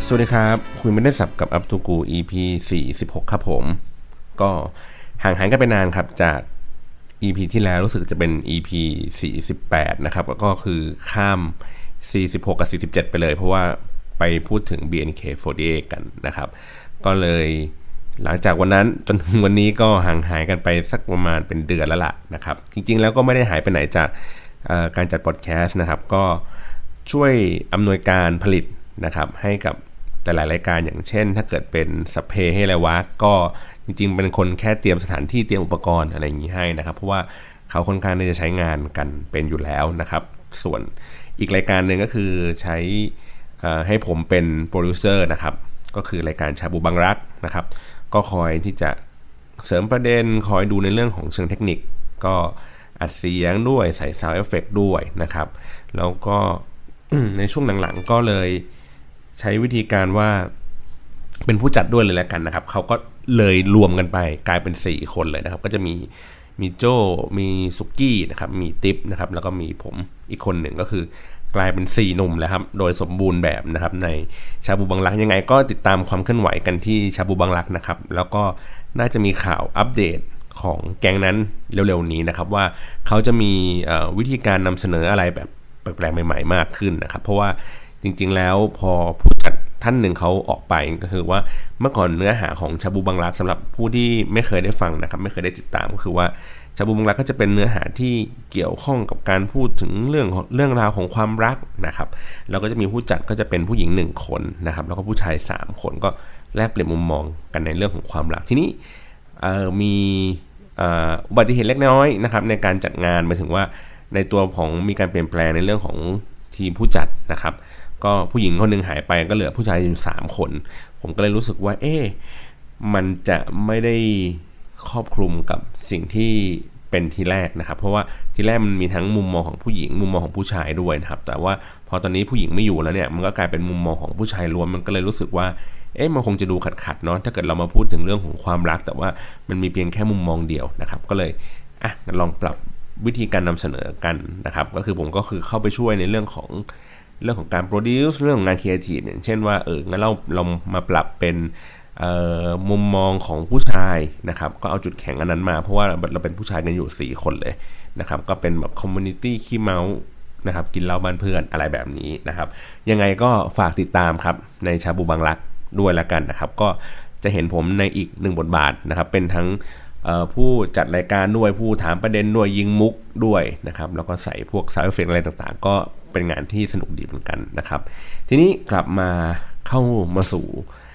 สวัสดีครับคุยไม่ได้สับกับอัปตูกู EP 46ครับผมก็ห่างหายกันไปนานครับจาก EP ที่แล้วรู้สึกจะเป็น EP 48นะครับก็คือข้าม46กับ47ไปเลยเพราะว่าไปพูดถึง BNK48 กันนะครับก็เลยหลังจากวันนั้นจนถึงวันนี้ก็ห่างหายกันไปสักประมาณเป็นเดือนแล้วล่ะนะครับจริงๆแล้วก็ไม่ได้หายไปไหนจากการจัดพอดแคสต์นะครับก็ช่วยอำนวยการผลิตนะครับให้กับหลายๆรายการอย่างเช่นถ้าเกิดเป็นสัพเพให้ไรวะก็จริงๆเป็นคนแค่เตรียมสถานที่เตรียมอุปกรณ์อะไรอย่างนี้ให้นะครับเพราะว่าเขาค่อนข้างที่จะใช้งานกันเป็นอยู่แล้วนะครับส่วนอีกรายการหนึ่งก็คือใช้ให้ผมเป็นโปรดิวเซอร์นะครับก็คือรายการชาบูบังรักนะครับก็คอยที่จะเสริมประเด็นคอยดูในเรื่องของเชิงเทคนิคก็อัดเสียงด้วยใส่ซาวด์เอฟเฟคด้วยนะครับแล้วก็ในช่วงหลังๆก็เลยใช้วิธีการว่าเป็นผู้จัดด้วยเลยแล้วกันนะครับเขาก็เลยรวมกันไปกลายเป็น4คนเลยนะครับก็จะมีโจ้มีสุกี้นะครับมีติ๊บนะครับแล้วก็มีผมอีกคนหนึ่งก็คือกลายเป็น4หนุ่มแล้วครับโดยสมบูรณ์แบบนะครับในชาบูบังรักยังไงก็ติดตามความเคลื่อนไหวกันที่ชาบูบังรักนะครับแล้วก็น่าจะมีข่าวอัปเดตของแก๊งนั้นเร็วๆนี้นะครับว่าเขาจะมีวิธีการนำเสนออะไรแบบแปลกๆใหม่ๆมากขึ้นนะครับเพราะว่าจริงๆแล้วพอผู้จัดท่านหนึ่งเขาออกไปก็คือว่าเมื่อก่อนเนื้อหาของชาบูบังรักสำหรับผู้ที่ไม่เคยได้ฟังนะครับไม่เคยได้ติดตามก็คือว่าชาบูบังรักก็จะเป็นเนื้อหาที่เกี่ยวข้องกับการพูดถึงเรื่องราวของความรักนะครับแล้วก็จะมีผู้จัดก็จะเป็นผู้หญิง1คนนะครับแล้วก็ผู้ชาย3คนก็แลกเปลี่ยนมุมมองกันในเรื่องของความรักทีนี้มีอุบัติเหตุเล็กน้อยนะครับในการจัดงานหมายถึงว่าในตัวของมีการเปลี่ยนแปลงในเรื่องของทีมผู้จัดนะครับก็ผู้หญิงคนนึงหายไปก็เหลือผู้ชายอยู่3คนผมก็เลยรู้สึกว่ามันจะไม่ได้ครอบคลุมกับสิ่งที่เป็นทีแรกนะครับเพราะว่าทีแรกมันมีทั้งมุมมองของผู้หญิงมุมมองของผู้ชายด้วยนะครับแต่ว่าพอตอนนี้ผู้หญิงไม่อยู่แล้วเนี่ยมันก็กลายเป็นมุมมองของผู้ชายล้วนมันก็เลยรู้สึกว่ามันคงจะดูขัดเนาะถ้าเกิดเรามาพูดถึงเรื่องของความรักแต่ว่ามันมีเพียงแค่มุมมองเดียวนะครับก็เลยลองปรับวิธีการนำเสนอกันนะครับก็คือผมก็คือเข้าไปช่วยในเรื่องของการโปรดิวซ์เรื่องของงานครีเอทีฟอย่างเช่นว่างั้นเรามาปรับเป็นมุมมองของผู้ชายนะครับก็เอาจุดแข็งอันนั้นมาเพราะว่าเราเป็นผู้ชายกันอยู่4คนเลยนะครับก็เป็นแบบคอมมูนิตี้ขี้เมานะครับกินเหล้าบ้านเพื่อนอะไรแบบนี้นะครับยังไงก็ฝากติดตามครับในชาบูบังรักด้วยละกันนะครับก็จะเห็นผมในอีก1บทบาทนะครับเป็นทั้งผู้จัดรายการด้วยผู้ถามประเด็นด้วยยิงมุกด้วยนะครับแล้วก็ใส่พวกซาวด์เอฟเฟคอะไรต่างๆก็เป็นงานที่สนุกดีเหมือนกันนะครับทีนี้กลับมาเข้ามาสู่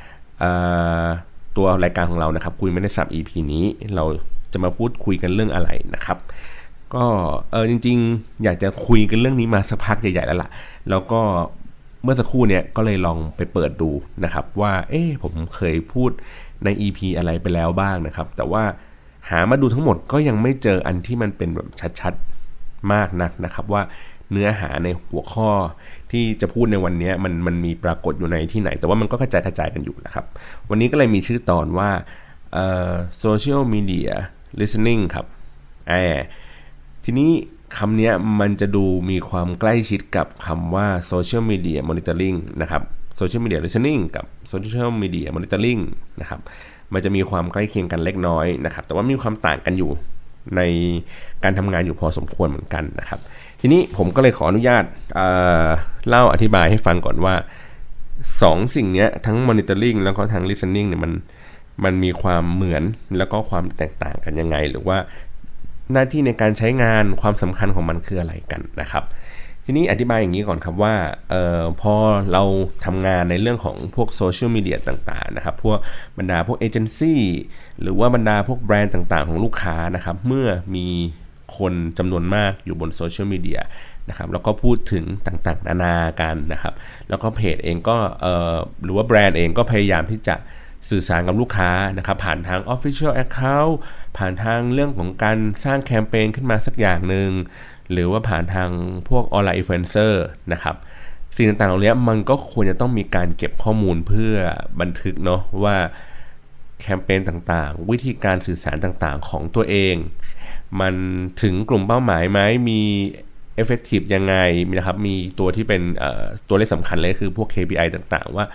ตัวรายการของเรานะครับคุยไม่ได้สับ EP นี้เราจะมาพูดคุยกันเรื่องอะไรนะครับก็จริงๆอยากจะคุยกันเรื่องนี้มาสักพักใหญ่ๆแล้วล่ะแล้วก็เมื่อสักครู่เนี่ยก็เลยลองไปเปิดดูนะครับว่าผมเคยพูดใน EP อะไรไปแล้วบ้างนะครับแต่ว่าหามาดูทั้งหมดก็ยังไม่เจออันที่มันเป็นแบบชัดๆมากนักนะครับว่าเนื้อหาในหัวข้อที่จะพูดในวันนี้มันมีปรากฏอยู่ในที่ไหนแต่ว่ามันก็กระจายกันอยู่นะครับวันนี้ก็เลยมีชื่อตอนว่าsocial media listening ครับทีนี้คำนี้มันจะดูมีความใกล้ชิดกับคำว่า social media monitoring นะครับ social media listening กับ social media monitoring นะครับมันจะมีความใกล้เคียงกันเล็กน้อยนะครับแต่ว่ามีความต่างกันอยู่ในการทำงานอยู่พอสมควรเหมือนกันนะครับทีนี้ผมก็เลยขออนุญาตเล่าอธิบายให้ฟังก่อนว่า2สิ่งนี้ทั้ง monitoring แล้วก็ทั้ง listening เนี่ยมันมีความเหมือนแล้วก็ความแตกต่างกันยังไงหรือว่าหน้าที่ในการใช้งานความสำคัญของมันคืออะไรกันนะครับทีนี้อธิบายอย่างนี้ก่อนครับว่าพอเราทำงานในเรื่องของพวกโซเชียลมีเดียต่างๆนะครับพวกบรรดาพวกเอเจนซี่หรือว่าบรรดาพวกแบรนด์ต่างๆของลูกค้านะครับเมื่อมีคนจำนวนมากอยู่บนโซเชียลมีเดียนะครับแล้วก็พูดถึงต่างๆนานากันนะครับแล้วก็เพจเองก็หรือว่าแบรนด์เองก็พยายามที่จะสื่อสารกับลูกค้านะครับผ่านทาง Official Account ผ่านทางเรื่องของการสร้างแคมเปญขึ้นมาสักอย่างนึงหรือว่าผ่านทางพวกออนไลน์อินฟลูเอนเซอร์นะครับสิ่งต่างๆเหล่านี้มันก็ควรจะต้องมีการเก็บข้อมูลเพื่อบันทึกเนาะว่าแคมเปญต่างๆวิธีการสื่อสารต่างๆของตัวเองมันถึงกลุ่มเป้าหมายไหมมีeffective ยังไงนะครับมีตัวที่เป็นตัวเลขสำคัญเลยคือพวก KPI ต่างๆว่า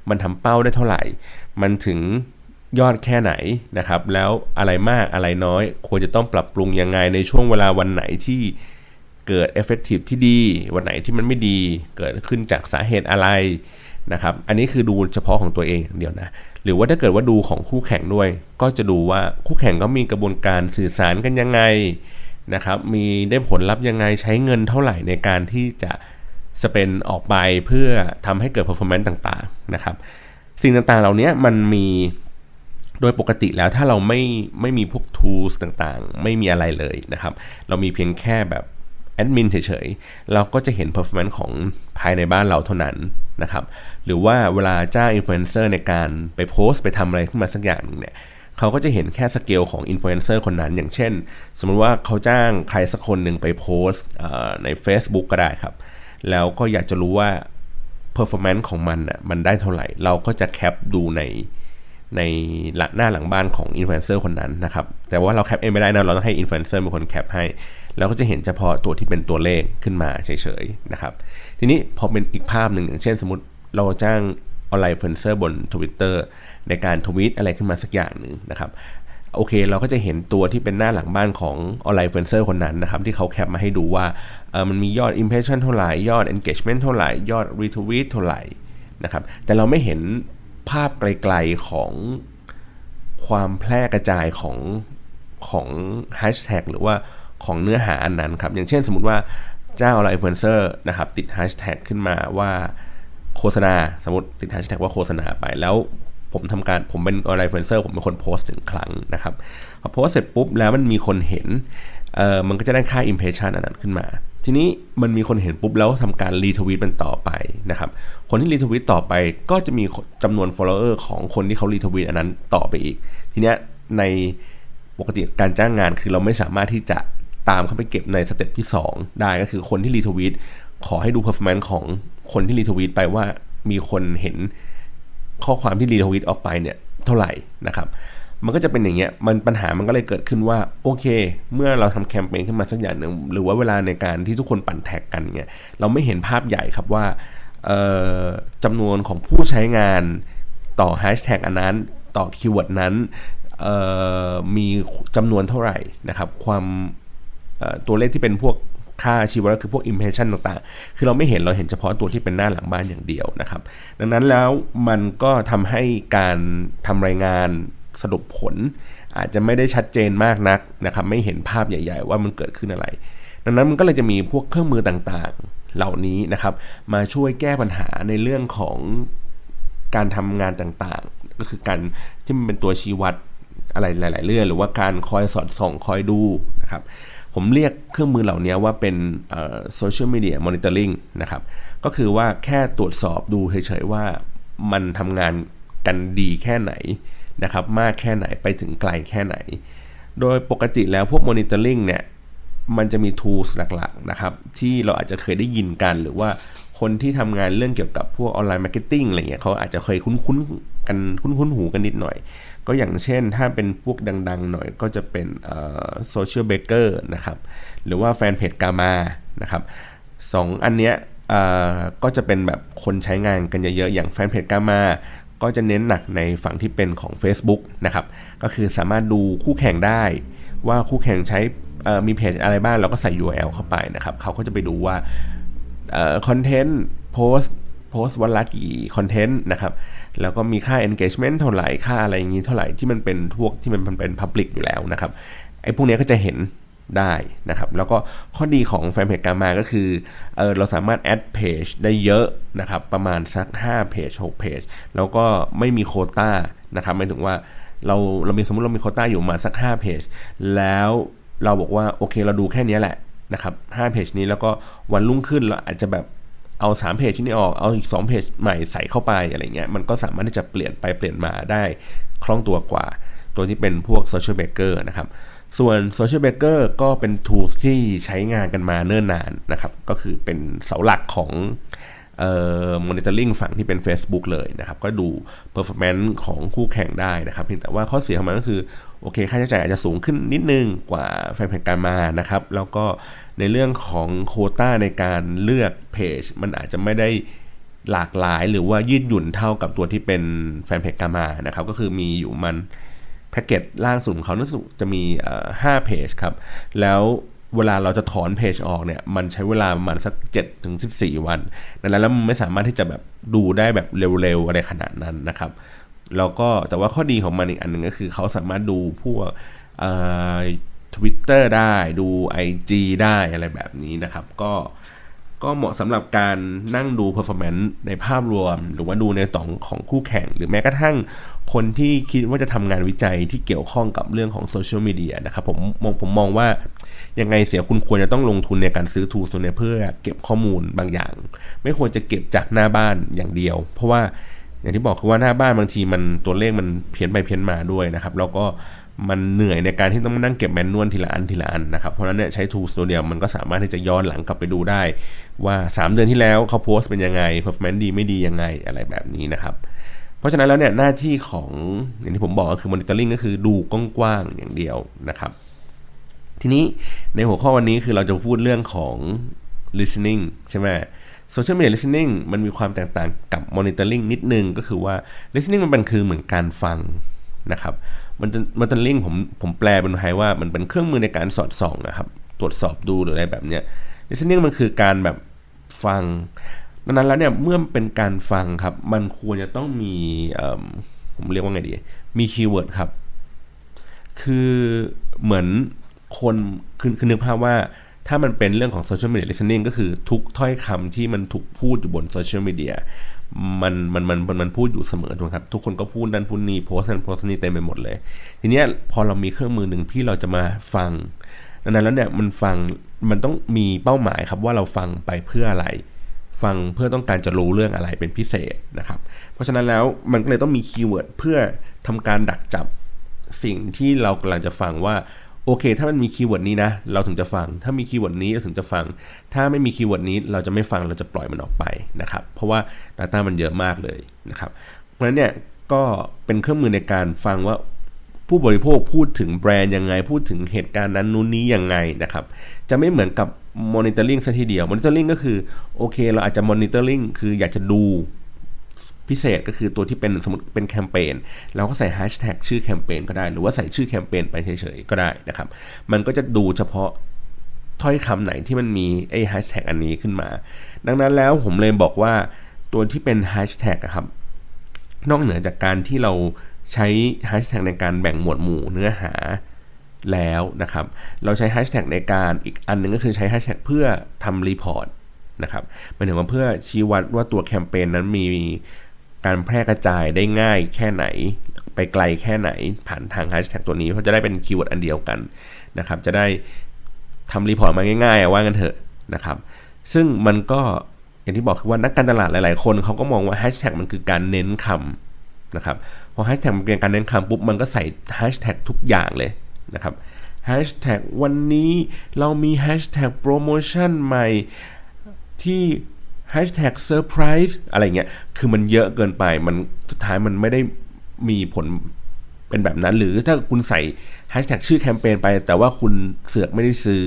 มันทำเป้าได้เท่าไหร่มันถึงยอดแค่ไหนนะครับแล้วอะไรมากอะไรน้อยควรจะต้องปรับปรุงยังไงในช่วงเวลาวันไหนที่เกิด effective ที่ดีวันไหนที่มันไม่ดีเกิดขึ้นจากสาเหตุอะไรนะครับอันนี้คือดูเฉพาะของตัวเองเดียวนะหรือว่าถ้าเกิดว่าดูของคู่แข่งด้วยก็จะดูว่าคู่แข่งก็มีกระบวนการสื่อสารกันยังไงนะครับมีได้ผลลัพธ์ยังไงใช้เงินเท่าไหร่ในการที่จะspendออกไปเพื่อทำให้เกิด performance ต่างๆนะครับสิ่งต่างๆเหล่านี้มันมีโดยปกติแล้วถ้าเราไม่มีพวก tools ต่างๆไม่มีอะไรเลยนะครับเรามีเพียงแค่แบบแอดมินเฉยๆเราก็จะเห็น performance ของภายในบ้านเราเท่านั้นนะครับหรือว่าเวลาจ้างอินฟลูเอนเซอร์ในการไปโพสต์ไปทำอะไรขึ้นมาสักอย่างนึงเนี่ยเขาก็จะเห็นแค่สเกลของอินฟลูเอนเซอร์คนนั้นอย่างเช่นสมมติว่าเขาจ้างใครสักคนหนึ่งไปโพสต์ใน Facebook ก็ได้ครับแล้วก็อยากจะรู้ว่า performance ของมันน่ะมันได้เท่าไหร่เราก็จะแคปดูในหน้าหลังบ้านของอินฟลูเอนเซอร์คนนั้นนะครับแต่ว่าเราแคปเองไม่ได้นะเราต้องให้อินฟลูเอนเซอร์เป็นคนแคปให้แล้วก็จะเห็นเฉพาะตัวที่เป็นตัวเลขขึ้นมาเฉยๆนะครับทีนี้พอเป็นอีกภาพหนึ่งอย่างเช่นสมมติเราจ้างออนไลน์อินฟลูเอนเซอร์บน Twitter ในการทวีตอะไรขึ้นมาสักอย่างนึงนะครับโอเคเราก็จะเห็นตัวที่เป็นหน้าหลังบ้านของออนไลน์อินฟลูเอนเซอร์คนนั้นนะครับที่เขาแคปมาให้ดูว่ามันมียอด impression เท่าไหร่ยอด engagement เท่าไหร่ยอด retweet เท่าไหร่นะครับแต่เราไม่เห็นภาพไกลๆของความแพร่กระจายของแฮชแท็กหรือว่าของเนื้อหาอันนั้นครับอย่างเช่นสมมุติว่าเจ้าออนไลน์อินฟลูเอนเซอร์นะครับติดแฮชแท็กขึ้นมาว่าโฆษณาสมมติติดแฮชแท็กว่าโฆษณาไปแล้วผมเป็นออนไลน์อินฟลูเอนเซอร์ผมเป็นคนโพสต์ถึงครั้งนะครับพอโพสต์เสร็จปุ๊บแล้วมันมีคนเห็นมันก็จะได้ค่า impression อันนั้นขึ้นมาทีนี้มันมีคนเห็นปุ๊บแล้วทำการรีทวีตมันต่อไปนะครับคนที่รีทวีตต่อไปก็จะมีจำนวน follower ของคนที่เขารีทวีตอันนั้นต่อไปอีกทีเนี้ยในปกติการจ้างงานคือเราไม่สามารถที่จะตามเข้าไปเก็บในสเต็ปที่2ได้ก็คือคนที่รีทวีตขอให้ดู performance ของคนที่รีทวีตไปว่ามีคนเห็นข้อความที่รีทวีตออกไปเนี่ยเท่าไหร่นะครับมันก็จะเป็นอย่างเงี้ยปัญหามันก็เลยเกิดขึ้นว่าโอเคเมื่อเราทำแคมเปญขึ้นมาสักอย่างหนึ่งหรือว่าเวลาในการที่ทุกคนปั่นแท็กกันเงี้ยเราไม่เห็นภาพใหญ่ครับว่าจำนวนของผู้ใช้งานต่อแฮชแท็กอันนั้นต่อคีย์เวิร์ดนั้นมีจำนวนเท่าไหร่นะครับความตัวเลขที่เป็นพวกค่าชีวะคือพวก impression ต่างๆคือเราไม่เห็นเราเห็นเฉพาะตัวที่เป็นหน้าหลังบ้านอย่างเดียวนะครับดังนั้นแล้วมันก็ทำให้การทำรายงานสรุปผลอาจจะไม่ได้ชัดเจนมากนักนะครับไม่เห็นภาพใหญ่ๆว่ามันเกิดขึ้นอะไรดังนั้นมันก็เลยจะมีพวกเครื่องมือต่างๆเหล่านี้นะครับมาช่วยแก้ปัญหาในเรื่องของการทำงานต่างๆก็คือการที่มันเป็นตัวชี้วัดอะไรหลายๆเรื่องหรือว่าการคอยสอดส่องคอยดูนะครับผมเรียกเครื่องมือเหล่านี้ว่าเป็นsocial media monitoring นะครับก็คือว่าแค่ตรวจสอบดูเฉยๆว่ามันทำงานกันดีแค่ไหนนะครับมากแค่ไหนไปถึงไกลแค่ไหนโดยปกติแล้วพวก monitoring เนี่ยมันจะมี tools หลักๆนะครับที่เราอาจจะเคยได้ยินกันหรือว่าคนที่ทำงานเรื่องเกี่ยวกับพวกออนไลน์มาร์เก็ตติ้งอะไรเงี้ยเขาอาจจะเคยคุ้นหูกันนิดหน่อยก็อย่างเช่นถ้าเป็นพวกดังๆหน่อยก็จะเป็นsocial baker นะครับหรือว่าแฟนเพจกามานะครับ2อันเนี้ยก็จะเป็นแบบคนใช้งานกันเยอะๆอย่างแฟนเพจกามาก็จะเน้นหนักในฝั่งที่เป็นของ Facebook นะครับก็คือสามารถดูคู่แข่งได้ว่าคู่แข่งใช้มีเพจอะไรบ้างเราก็ใส่ URL เข้าไปนะครับเขาก็จะไปดูว่าคอนเทนต์โพสต์วันละกี่คอนเทนต์นะครับแล้วก็มีค่า engagement เท่าไหร่ค่าอะไรอย่างนี้เท่าไหร่ที่มันเป็นพวกที่มันเป็น public อยู่แล้วนะครับไอ้พวกนี้ก็จะเห็นได้นะครับแล้วก็ข้อดีของแฟนเพจกามาก็คือเราสามารถ add page ได้เยอะนะครับประมาณสัก5 page 6 page แล้วก็ไม่มีโควต้านะครับหมายถึงว่าเรามีสมมุติเรามีโควต้าอยู่มาสัก5 page แล้วเราบอกว่าโอเคเราดูแค่นี้แหละนะครับ5 เพจนี้แล้วก็วันรุ่งขึ้นเราอาจจะแบบเอา3 เพจนี้ออกเอาอีก2 เพจใหม่ใส่เข้าไปอะไรเงี้ยมันก็สามารถที่จะเปลี่ยนไปเปลี่ยนมาได้คล่องตัวกว่าตัวที่เป็นพวก Social Baker นะครับส่วน Social Baker ก็เป็น tools ที่ใช้งานกันมาเนิ่นนานนะครับก็คือเป็นเสาหลักของmonitoring ฝั่งที่เป็น Facebook เลยนะครับก็ดู performance ของคู่แข่งได้นะครับเพียงแต่ว่าข้อเสียของมันก็คือโอเคค่าใช้จ่ายอาจจะสูงขึ้นนิดนึงกว่าแฟนเพจการมานะครับแล้วก็ในเรื่องของโควต้าในการเลือกเพจมันอาจจะไม่ได้หลากหลายหรือว่ายืดหยุ่นเท่ากับตัวที่เป็นแฟนเพจกามานะครับก็คือมีอยู่มันแพ็กเกจล่างสุดของเขาน่าจะมี5เพจครับแล้วเวลาเราจะถอนเพจออกเนี่ยมันใช้เวลาประมาณสัก7 ถึง 14 วันดังนั้นแล้วมันไม่สามารถที่จะแบบดูได้แบบเร็วๆอะไรขนาดนั้นนะครับแล้วก็แต่ว่าข้อดีของมันอีกอันหนึ่งก็คือเขาสามารถดูพวกTwitter ได้ดู IG ได้อะไรแบบนี้นะครับก็เหมาะสำหรับการนั่งดู performance ในภาพรวมหรือว่าดูในต่อของคู่แข่งหรือแม้กระทั่งคนที่คิดว่าจะทำงานวิจัยที่เกี่ยวข้องกับเรื่องของโซเชียลมีเดียนะครับผมมองว่ายังไงเสียคุณควรจะต้องลงทุนในการซื้อ tools ตัวนี้เพื่อเก็บข้อมูลบางอย่างไม่ควรจะเก็บจากหน้าบ้านอย่างเดียวเพราะว่าอย่างที่บอกคือว่าหน้าบ้านบางทีมันตัวเลขมันเพี้ยนไปเพี้ยนมาด้วยนะครับแล้วก็มันเหนื่อยในการที่ต้องมานั่งเก็บแมนนวลทีละอันนะครับเพราะฉะนั้นเนี่ยใช้ tools ตัวเดียวมันก็สามารถที่จะย้อนหลังกลับไปดูได้ว่า3เดือนที่แล้วเขาโพสต์เป็นยังไง performance ดีไม่ดียังไงอะไรแบบนี้นะครับเพราะฉะนั้นแล้วเนี่ยหน้าที่ของอย่างที่ผมบอกก็คือ monitoring ก็คือดูกว้างๆอย่างเดียวนะครับทีนี้ในหัวข้อวันนี้คือเราจะพูดเรื่องของ listening ใช่ไหม social media listening มันมีความแตกต่างกับ monitoring นิดนึงก็คือว่า listening มันคือเหมือนการฟังนะครับmonitoring ผมแปลเป็นไทยว่ามันเป็นเครื่องมือในการสอดส่องนะครับตรวจสอบดูหรืออะไรแบบเนี้ย listening มันคือการแบบฟังดังนั้นแล้วเนี่ยเมื่อเป็นการฟังครับมันควรจะต้องมีผมเรียกว่าไงดีมีคีย์เวิร์ดครับคือเหมือนคนคือนึกภาพว่าถ้ามันเป็นเรื่องของ social media listening ก็คือทุกถ้อยคำที่มันถูกพูดอยู่บนโซเชียลมีเดียมันพูดอยู่เสมอถูกครับทุกคนก็พูดนั่นพูดนี่โพสต์นั่นโพสต์นี่เต็มไปหมดเลยทีเนี้ยพอเรามีเครื่องมือหนึ่งที่เราจะมาฟังดังนั้นแล้วเนี่ยมันต้องมีเป้าหมายครับว่าเราฟังไปเพื่ออะไรฟังเพื่อต้องการจะรู้เรื่องอะไรเป็นพิเศษนะครับเพราะฉะนั้นแล้วมันก็เลยต้องมีคีย์เวิร์ดเพื่อทำการดักจับสิ่งที่เรากำลังจะฟังว่าโอเคถ้ามันมีคีย์เวิร์ดนี้นะเราถึงจะฟังถ้ามีคีย์เวิร์ดนี้เราถึงจะฟังถ้าไม่มีคีย์เวิร์ดนี้เราจะไม่ฟังเราจะปล่อยมันออกไปนะครับเพราะว่า data มันเยอะมากเลยนะครับเพราะฉะนั้นเนี่ยก็เป็นเครื่องมือในการฟังว่าผู้บริโภคพูดถึงแบรนด์ยังไงพูดถึงเหตุการณ์นั้นนู้นนี้ยังไงนะครับจะไม่เหมือนกับ monitoring ซะทีเดียว monitoring ก็คือโอเคเราอาจจะ monitoring คืออยากจะดูพิเศษก็คือตัวที่เป็นสมมติเป็นแคมเปญเราก็ใส่แฮชแท็กชื่อแคมเปญก็ได้หรือว่าใส่ชื่อแคมเปญไปเฉยๆก็ได้นะครับมันก็จะดูเฉพาะถ้อยคำไหนที่มันมีไอ้แฮชแท็กอันนี้ขึ้นมาดังนั้นแล้วผมเลยบอกว่าตัวที่เป็นแฮชแท็กครับนอกเหนือจากการที่เราใช้แฮชแท็กในการแบ่งหมวดหมู่เนื้อหาแล้วนะครับเราใช้แฮชแท็กในการอีกอันนึงก็คือใช้แฮชแท็กเพื่อทำรีพอร์ตนะครับหมายถึงว่าเพื่อชี้วัดว่าตัวแคมเปญนั้นมีการแพร่กระจายได้ง่ายแค่ไหนไปไกลแค่ไหนผ่านทางแฮชแท็กตัวนี้เพราะจะได้เป็นคีย์เวิร์ดอันเดียวกันนะครับจะได้ทำรีพอร์ตมาง่ายๆว่ากันเถอะนะครับซึ่งมันก็อย่างที่บอกคือว่านักการตลาดหลายๆคนเขาก็มองว่าแฮชแท็กมันคือการเน้นคำนะครับพอแฮชแท็กมันเป็นการเน้นคำปุ๊บมันก็ใส่แฮชแท็กทุกอย่างเลยนะครับแฮชแท็กวันนี้เรามีแฮชแท็กโปรโมชั่นใหม่ที่hashtag surprise อะไรเงี้ยคือมันเยอะเกินไปมันสุดท้ายมันไม่ได้มีผลเป็นแบบนั้นหรือถ้าคุณใส่ hashtag ชื่อแคมเปญไปแต่ว่าคุณเสือกไม่ได้ซื้อ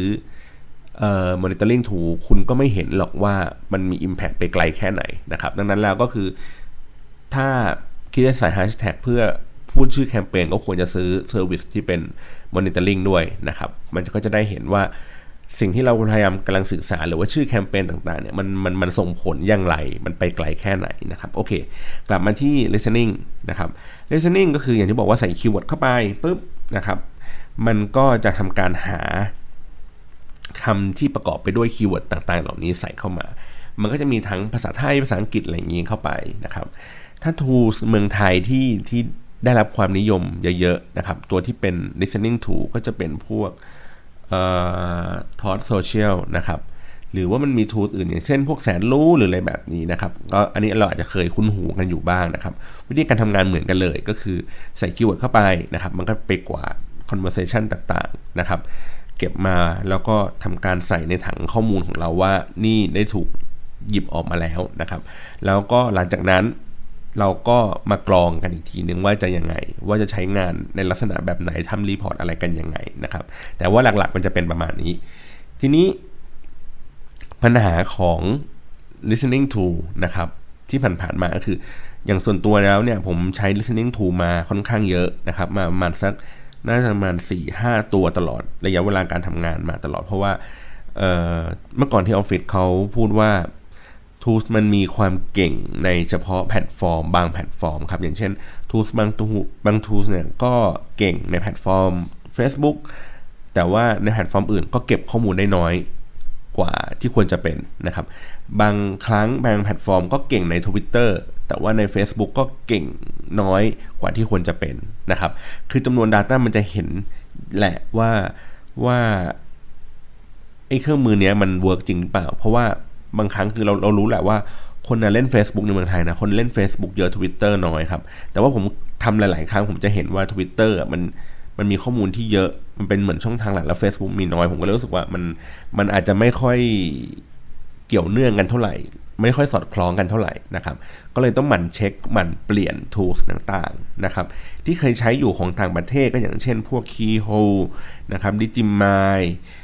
monitoring tool คุณก็ไม่เห็นหรอกว่ามันมี impact ไปไกลแค่ไหนนะครับดังนั้นแล้วก็คือถ้าคิดจะใส่ hashtag เพื่อพูดชื่อแคมเปญก็ควรจะซื้อ service ที่เป็น monitoring ด้วยนะครับมันก็จะได้เห็นว่าสิ่งที่เราพยายามกำลังศึกษาหรือว่าชื่อแคมเปญต่างๆเนี่ยมันส่งผลอย่างไรมันไปไกลแค่ไหนนะครับโอเคกลับมาที่ listening นะครับ listening ก็คืออย่างที่บอกว่าใส่คีย์เวิร์ดเข้าไปปุ๊บนะครับมันก็จะทำการหาคำที่ประกอบไปด้วยคีย์เวิร์ดต่างๆเหล่านี้ใส่เข้ามามันก็จะมีทั้งภาษาไทยภาษาอังกฤษอะไรอย่างนี้เข้าไปนะครับถ้า tools เมืองไทยที่ได้รับความนิยมเยอะๆนะครับตัวที่เป็น listening tool ก็จะเป็นพวกทอดโซเชียลนะครับหรือว่ามันมีทูลอื่นอย่างเช่นพวกแสนรู้หรืออะไรแบบนี้นะครับก็อันนี้เราอาจจะเคยคุ้นหูกันอยู่บ้างนะครับวิธีการทำงานเหมือนกันเลยก็คือใส่คีย์เวิร์ดเข้าไปนะครับมันก็ไปกวาด conversation ต่างๆนะครับเก็บมาแล้วก็ทำการใส่ในถังข้อมูลของเราว่านี่ได้ถูกหยิบออกมาแล้วนะครับแล้วก็หลังจากนั้นเราก็มากรองกันอีกทีนึงว่าจะยังไงว่าจะใช้งานในลักษณะแบบไหนทำรีพอร์ตอะไรกันยังไงนะครับแต่ว่าหลักๆมันจะเป็นประมาณนี้ทีนี้ปัญหาของ listening tool นะครับที่ผ่านๆมาก็คืออย่างส่วนตัวแล้วเนี่ยผมใช้ listening tool มาค่อนข้างเยอะนะครับมาประมาณสักน่าจะประมาณ 4-5 ตัวตลอดระยะเวลาการทำงานมาตลอดเพราะว่าเมื่อก่อนที่ออฟฟิศเขาพูดว่า tools มันมีความเก่งในเฉพาะแพลตฟอร์มบางแพลตฟอร์มครับอย่างเช่น tools บาง tools เนี่ยก็เก่งในแพลตฟอร์ม Facebook แต่ว่าในแพลตฟอร์มอื่นก็เก็บข้อมูลได้น้อยกว่าที่ควรจะเป็นนะครับบางครั้งบางแพลตฟอร์มก็เก่งใน Twitter แต่ว่าใน Facebook ก็เก่งน้อยกว่าที่ควรจะเป็นนะครับคือจำนวน Data มันจะเห็นแหละว่าไอ้เครื่องมือเนี้ยมันเวิร์กจริงหรือเปล่าเพราะว่าบางครั้งคือเรารู้แหละว่าคนเล่น Facebook ในเมืองไทยนะคนเล่น Facebook เยอะ Twitter น้อยครับแต่ว่าผมทำหลายๆครั้งผมจะเห็นว่า Twitter มันมีข้อมูลที่เยอะมันเป็นเหมือนช่องทางหลักแล้ว Facebook มีน้อยผมก็เลยรู้สึกว่ามันอาจจะไม่ค่อยเกี่ยวเนื่องกันเท่าไหร่ไม่ค่อยสอดคล้องกันเท่าไหร่นะครับก็เลยต้องหมั่นเช็คหมั่นเปลี่ยน tools ต่างๆนะครับที่เคยใช้อยู่ของต่างประเทศก็อย่างเช่นพวก Keyhole นะครับ Digimind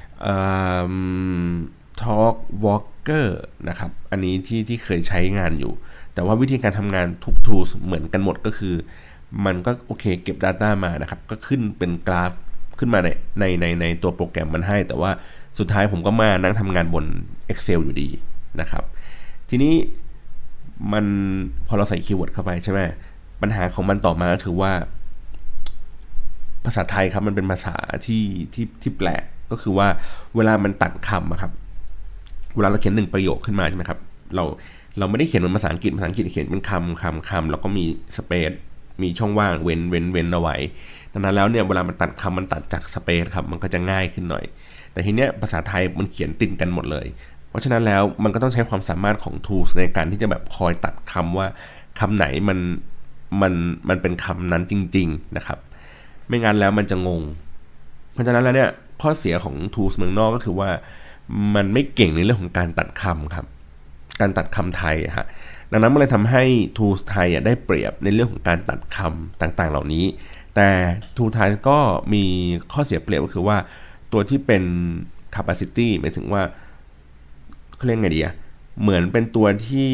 Talkwalker นะครับอันนี้ที่เคยใช้งานอยู่แต่ว่าวิธีการทำงานทุก tools เหมือนกันหมดก็คือมันก็โอเคเก็บ Data มานะครับก็ขึ้นเป็นกราฟขึ้นมาในตัวโปรแกรมมันให้แต่ว่าสุดท้ายผมก็มานั่งทำงานบน Excel อยู่ดีนะครับทีนี้มันพอเราใส่คีย์เวิร์ดเข้าไปใช่ไหมปัญหาของมันต่อมาก็คือว่าภาษาไทยครับมันเป็นภาษาที่แปลกก็คือว่าเวลามันตัดคำครับเวลาเราเขียน1ประโยคขึ้นมาใช่ไหมครับเราไม่ได้เขียนเหมือนภาษาอังกฤษเขียนเป็นคำแล้วก็มีสเปซมีช่องว่างเว้นเอาไว้ดังนั้นแล้วเนี่ยเวลามันตัดคำมันตัดจากสเปซครับมันก็จะง่ายขึ้นหน่อยแต่ทีเนี้ยภาษาไทยมันเขียนติดกันหมดเลยเพราะฉะนั้นแล้วมันก็ต้องใช้ความสามารถของ tools ในการที่จะแบบคอยตัดคำว่าคำไหนมันเป็นคำนั้นจริงๆนะครับไม่งั้นแล้วมันจะงงเพราะฉะนั้นแล้วเนี่ยข้อเสียของ tools เมืองนอกก็คือว่ามันไม่เก่งในเรื่องของการตัดคำครับการตัดคำไทยฮะดังนั้นมันเลยทำให้ tools ไทยได้เปรียบในเรื่องของการตัดคำต่างๆเหล่านี้แต่ tools ไทยก็มีข้อเสียเปรียบก็คือว่าตัวที่เป็น capacity หมายถึงว่าเขาเรียกไงดีเหมือนเป็นตัวที่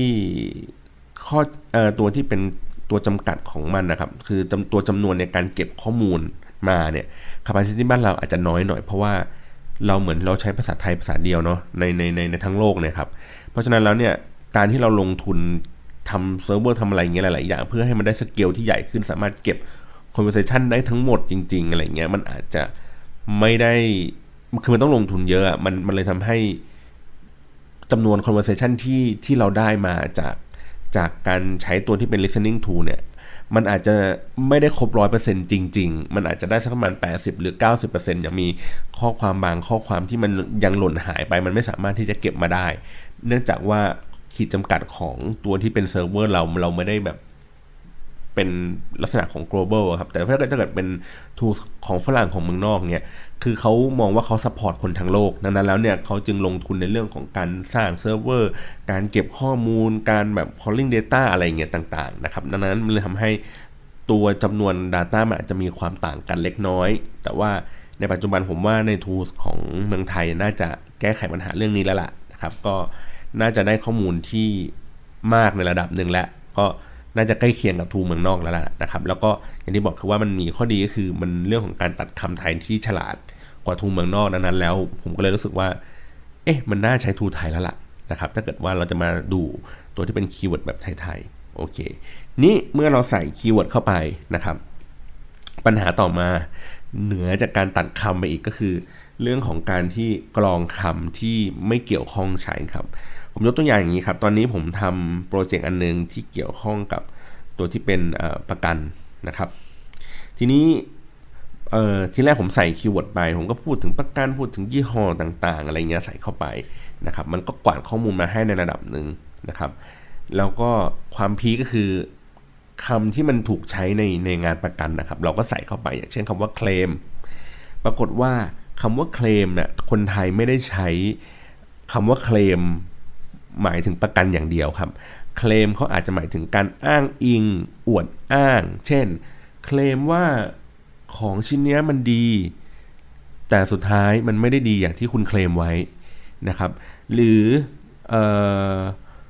ตัวที่เป็นตัวจำกัดของมันนะครับคือตัวจำนวนในการเก็บข้อมูลมาเนี่ย capacity บ้านเราอาจจะน้อยหน่อยเพราะว่าเราเหมือนเราใช้ภาษาไทยภาษาเดียวเนาะในทั้งโลกเนี่ยครับเพราะฉะนั้นแล้วเนี่ยการที่เราลงทุนทำเซิร์ฟเวอร์ทำอะไรอย่างเงี้ยหลายๆอย่างเพื่อให้มันได้สเกลที่ใหญ่ขึ้นสามารถเก็บ conversation ได้ทั้งหมดจริงๆอะไรเงี้ยมันอาจจะไม่ได้คือมันต้องลงทุนเยอะมันเลยทำให้จำนวน conversation ที่เราได้มาจากการใช้ตัวที่เป็น listening tool เนี่ยมันอาจจะไม่ได้ครบ 100% จริงๆมันอาจจะได้สักประมาณ80หรือ 90% ยังมีข้อความบางข้อความที่มันยังหล่นหายไปมันไม่สามารถที่จะเก็บมาได้เนื่องจากว่าขีดจำกัดของตัวที่เป็นเซิร์ฟเวอร์เราไม่ได้แบบเป็นลักษณะของ global ครับแต่ถ้าเกิดเป็น tools ของฝรั่งของเมืองนอกเนี่ยคือเขามองว่าเขา support คนทั้งโลกดังนั้นแล้วเนี่ยเขาจึงลงทุนในเรื่องของการสร้างเซิร์ฟเวอร์การเก็บข้อมูลการแบบ calling data อะไรเงี้ยต่างๆนะครับดังนั้นมันเลยทำให้ตัวจำนวน data มันอาจจะมีความต่างกันเล็กน้อยแต่ว่าในปัจจุบันผมว่าใน tools ของเมืองไทยน่าจะแก้ไขปัญหาเรื่องนี้แล้วล่ะนะครับก็น่าจะได้ข้อมูลที่มากในระดับหนึ่งแล้วก็น่าจะใกล้เคียงกับทูเมืองนอกแล้วล่ะนะครับแล้วก็อย่างที่บอกคือว่ามันมีข้อดีก็คือมันเรื่องของการตัดคำไทยที่ฉลาดกว่าทูเมืองนอกนั้นแล้วผมก็เลยรู้สึกว่ามันน่าใช้ทูไทยแล้วล่ะนะครับถ้าเกิดว่าเราจะมาดูตัวที่เป็นคีย์เวิร์ดแบบไทยๆโอเคนี่เมื่อเราใส่คีย์เวิร์ดเข้าไปนะครับปัญหาต่อมาเหนือจากการตัดคำไปอีกก็คือเรื่องของการที่กรองคำที่ไม่เกี่ยวข้องใช้ครับผมยกตัวอย่างอย่างนี้ครับตอนนี้ผมทำโปรเจกต์อันนึงที่เกี่ยวข้องกับตัวที่เป็นประกันนะครับทีนี้ทีแรกผมใส่คีย์เวิร์ดไปผมก็พูดถึงประกันพูดถึงยี่ห้อต่างๆอะไรเงี้ยใส่เข้าไปนะครับมันก็กวาดข้อมูลมาให้ในระดับหนึ่งนะครับแล้วก็ความพีคก็คือคำที่มันถูกใช้ในงานประกันนะครับเราก็ใส่เข้าไปอย่างเช่นคำว่าเคลมปรากฏว่าคำว่าเคลมเนี่ยคนไทยไม่ได้ใช้คำว่าเคลมหมายถึงประกันอย่างเดียวครับเคลมเขาอาจจะหมายถึงการอ้างอิงอวดอ้างเช่นเคลมว่าของชิ้นนี้มันดีแต่สุดท้ายมันไม่ได้ดีอย่างที่คุณเคลมไว้นะครับหรือ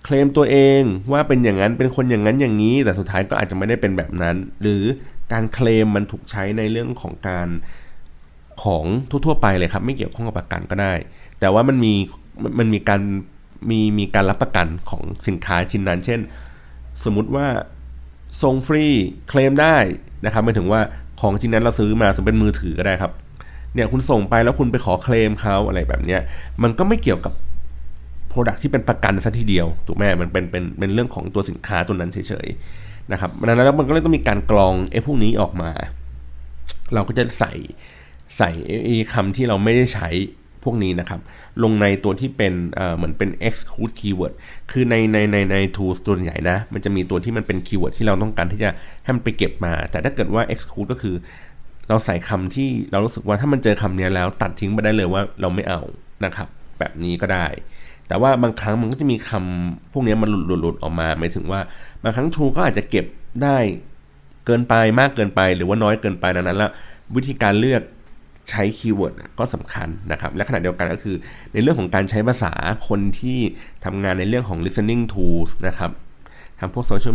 เคลมตัวเองว่าเป็นอย่างนั้นเป็นคนอย่างนั้นอย่างนี้แต่สุดท้ายก็อาจจะไม่ได้เป็นแบบนั้นหรือการเคลมมันถูกใช้ในเรื่องของการของทั่วๆไปเลยครับไม่เกี่ยวข้องกับประกันก็ได้แต่ว่ามันมีการรับประกันของสินค้าชิ้นนั้นเช่นสมมุติว่าส่งฟรีเคลมได้นะครับหมายถึงว่าของชิ้นนั้นเราซื้อมาสมมติเป็นมือถือก็ได้ครับเนี่ยคุณส่งไปแล้วคุณไปขอเคลมเขาอะไรแบบเนี้ยมันก็ไม่เกี่ยวกับ Product ที่เป็นประกันซะทีเดียวถูกไหมมันเป็นเรื่องของตัวสินค้าตัวนั้นเฉยๆนะครับดังนั้นแล้วมันก็เลยต้องมีการกรองพวกนี้ออกมาเราก็จะใส่คำที่เราไม่ได้ใช้พวกนี้นะครับลงในตัวที่เป็นเหมือนเป็น exclude keyword คือใน tools ตัวใหญ่นะมันจะมีตัวที่มันเป็น keyword ที่เราต้องการที่จะให้มันไปเก็บมาแต่ถ้าเกิดว่า exclude ก็คือเราใส่คำที่เรารู้สึกว่าถ้ามันเจอคำนี้แล้วตัดทิ้งไปได้เลยว่าเราไม่เอานะครับแบบนี้ก็ได้แต่ว่าบางครั้งมันก็จะมีคำพวกนี้มันหลุดออกมาหมายถึงว่าบางครั้ง True ก็อาจจะเก็บได้เกินไปมากเกินไปหรือว่าน้อยเกินไปดังนั้นแล้ววิธีการเลือกใช้คีย์เวิร์ดก็สำคัญนะครับและขณะเดียวกันก็คือในเรื่องของการใช้ภาษาคนที่ทำงานในเรื่องของ listening tools นะครับทำพวก social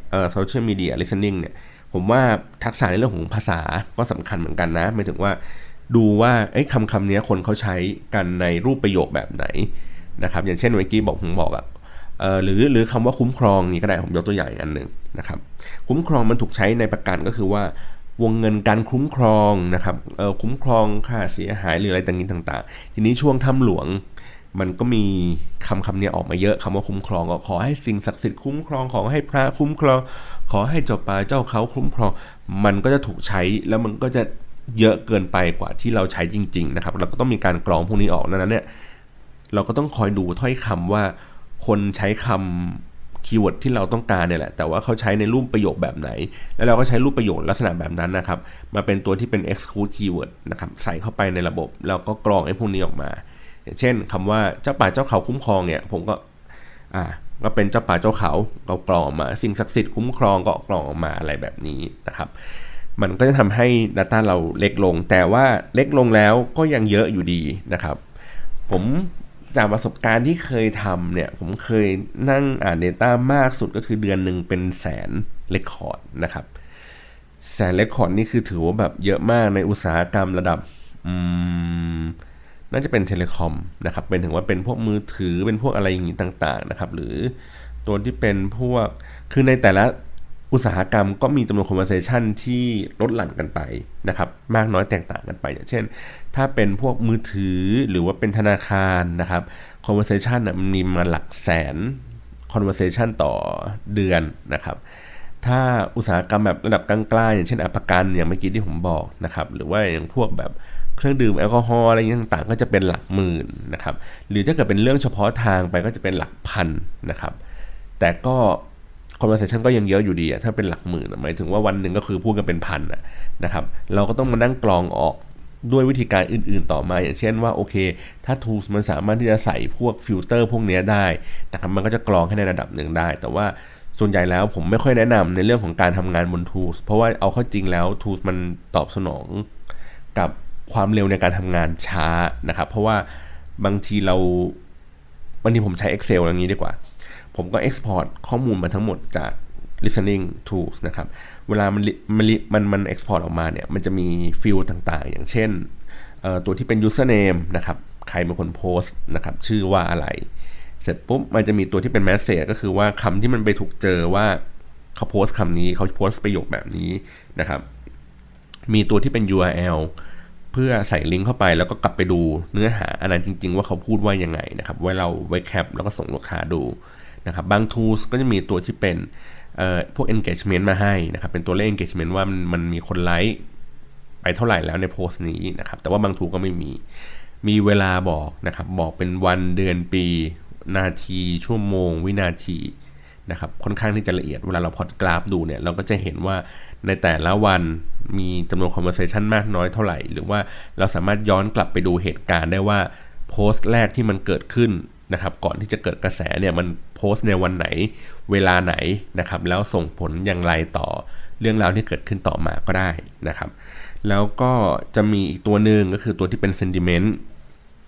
media listening เนี่ยผมว่าทักษะในเรื่องของภาษาก็สำคัญเหมือนกันนะหมายถึงว่าดูว่าคำนี้คนเขาใช้กันในรูปประโยคแบบไหนนะครับอย่างเช่นเมื่อกี้ผมบอกหรือคำว่าคุ้มครองนี่ก็ได้ผมยกตัวอย่างอันหนึ่งนะครับคุ้มครองมันถูกใช้ในประกันก็คือว่าวงเงินการคุ้มครองนะครับคุ้มครองค่าเสียหายหรืออะไรต่างๆทีนี้ช่วงถ้ำหลวงมันก็มีคำนี้ออกมาเยอะคำว่าคุ้มครองก็ขอให้สิ่งศักดิ์สิทธิ์คุ้มครองขอให้พระคุ้มครองขอให้เจ้าป่าเจ้าเขาคุ้มครองมันก็จะถูกใช้แล้วมันก็จะเยอะเกินไปกว่าที่เราใช้จริงๆนะครับเราก็ต้องมีการกรองพวกนี้ออกนั้นเนี่ยเราก็ต้องคอยดูถ้อยคำว่าคนใช้คำคีย์เวิร์ดที่เราต้องการเนี่ยแหละแต่ว่าเขาใช้ในรูปประโยคแบบไหนแล้วเราก็ใช้รูปประโยคลักษณะแบบนั้นนะครับมาเป็นตัวที่เป็น exclude keyword นะครับใส่เข้าไปในระบบแล้วก็กรองพวกนี้ออกมาอย่างเช่นคำว่าเจ้าป่าเจ้าเขาคุ้มครองเนี่ยผมก็เป็นเจ้าป่าเจ้าเขาก็กรองออกมาสิ่งศักดิ์สิทธิ์คุ้มครองก็กรองออกมาอะไรแบบนี้นะครับมันก็จะทำให้ data เราเล็กลงแต่ว่าเล็กลงแล้วก็ยังเยอะอยู่ดีนะครับผมจากประสบการณ์ที่เคยทำเนี่ยผมเคยนั่งอ่าน Data มากสุดก็คือเดือนหนึ่งเป็นแสนเรคคอร์ดนะครับแสนเรคคอร์ดนี่คือถือว่าแบบเยอะมากในอุตสาหกรรมระดับน่าจะเป็นเทเลคอมนะครับเป็นถึงว่าเป็นพวกมือถือเป็นพวกอะไรอย่างนี้ต่างๆนะครับหรือตัวที่เป็นพวกคือในแต่ละอุตสาหกรรมก็มีจำนวน conversation ที่ลดหลั่นกันไปนะครับมากน้อยแตกต่างกันไปอย่างเช่นถ้าเป็นพวกมือถือหรือว่าเป็นธนาคารนะครับ conversation มันมีมาหลักแสน conversation ต่อเดือนนะครับถ้าอุตสาหกรรมแบบระดับกลางๆอย่างเช่นประกันอย่างเมื่อกี้ที่ผมบอกนะครับหรือว่าอย่างพวกแบบเครื่องดื่มแอลกอฮอล์อะไรต่างๆก็จะเป็นหลักหมื่นนะครับหรือถ้าเกิดเป็นเรื่องเฉพาะทางไปก็จะเป็นหลักพันนะครับแต่ก็conversation ก็ยังเยอะอยู่ดีถ้าเป็นหลักหมื่นหมายถึงว่าวันหนึ่งก็คือพูดกันเป็นพันนะครับเราก็ต้องมานั่งกรองออกด้วยวิธีการอื่นๆต่อมาอย่างเช่นว่าโอเคถ้า tools มันสามารถที่จะใส่พวกฟิลเตอร์พวกนี้ได้นะครับมันก็จะกรองให้ในระดับหนึ่งได้แต่ว่าส่วนใหญ่แล้วผมไม่ค่อยแนะนำในเรื่องของการทำงานบน tools เพราะว่าเอาเข้าจริงแล้ว tools มันตอบสนองกับความเร็วในการทำงานช้านะครับเพราะว่าบางทีผมใช้ Excel อย่างนี้ดีกว่าผมก็ export ข้อมูลมาทั้งหมดจาก listening tools นะครับเวลามัน export ออกมาเนี่ยมันจะมีฟิลด์ต่างๆอย่างเช่นตัวที่เป็น username นะครับใครเป็นคนโพสต์นะครับชื่อว่าอะไรเสร็จปุ๊บมันจะมีตัวที่เป็น message ก็คือว่าคำที่มันไปถูกเจอว่าเขาโพสต์คำนี้เขาโพสต์ประโยคแบบนี้นะครับมีตัวที่เป็น URL เพื่อใส่ลิงก์เข้าไปแล้วก็กลับไปดูเนื้อหาอันนั้นจริงๆว่าเขาพูดว่ายังไงนะครับไว้เราไว้แคปแล้วก็ส่งลูกค้าดูนะครับบาง tools ก็จะมีตัวที่เป็นพวก engagement มาให้นะครับเป็นตัวเลข engagement ว่ามันมีคนไลค์ไปเท่าไหร่แล้วในโพสต์นี้นะครับแต่ว่าบาง tool ก็ไม่มีเวลาบอกนะครับบอกเป็นวันเดือนปีนาทีชั่วโมงวินาทีนะครับค่อนข้างที่จะละเอียดเวลาเราพอตกราฟดูเนี่ยเราก็จะเห็นว่าในแต่ละวันมีจำนวน conversation มากน้อยเท่าไหร่หรือว่าเราสามารถย้อนกลับไปดูเหตุการณ์ได้ว่าโพสต์แรกที่มันเกิดขึ้นนะครับก่อนที่จะเกิดกระแสเนี่ยมันโพสต์ในวันไหนเวลาไหนนะครับแล้วส่งผลอย่างไรต่อเรื่องราวที่เกิดขึ้นต่อมาก็ได้นะครับแล้วก็จะมีอีกตัวหนึ่งก็คือตัวที่เป็น sentiment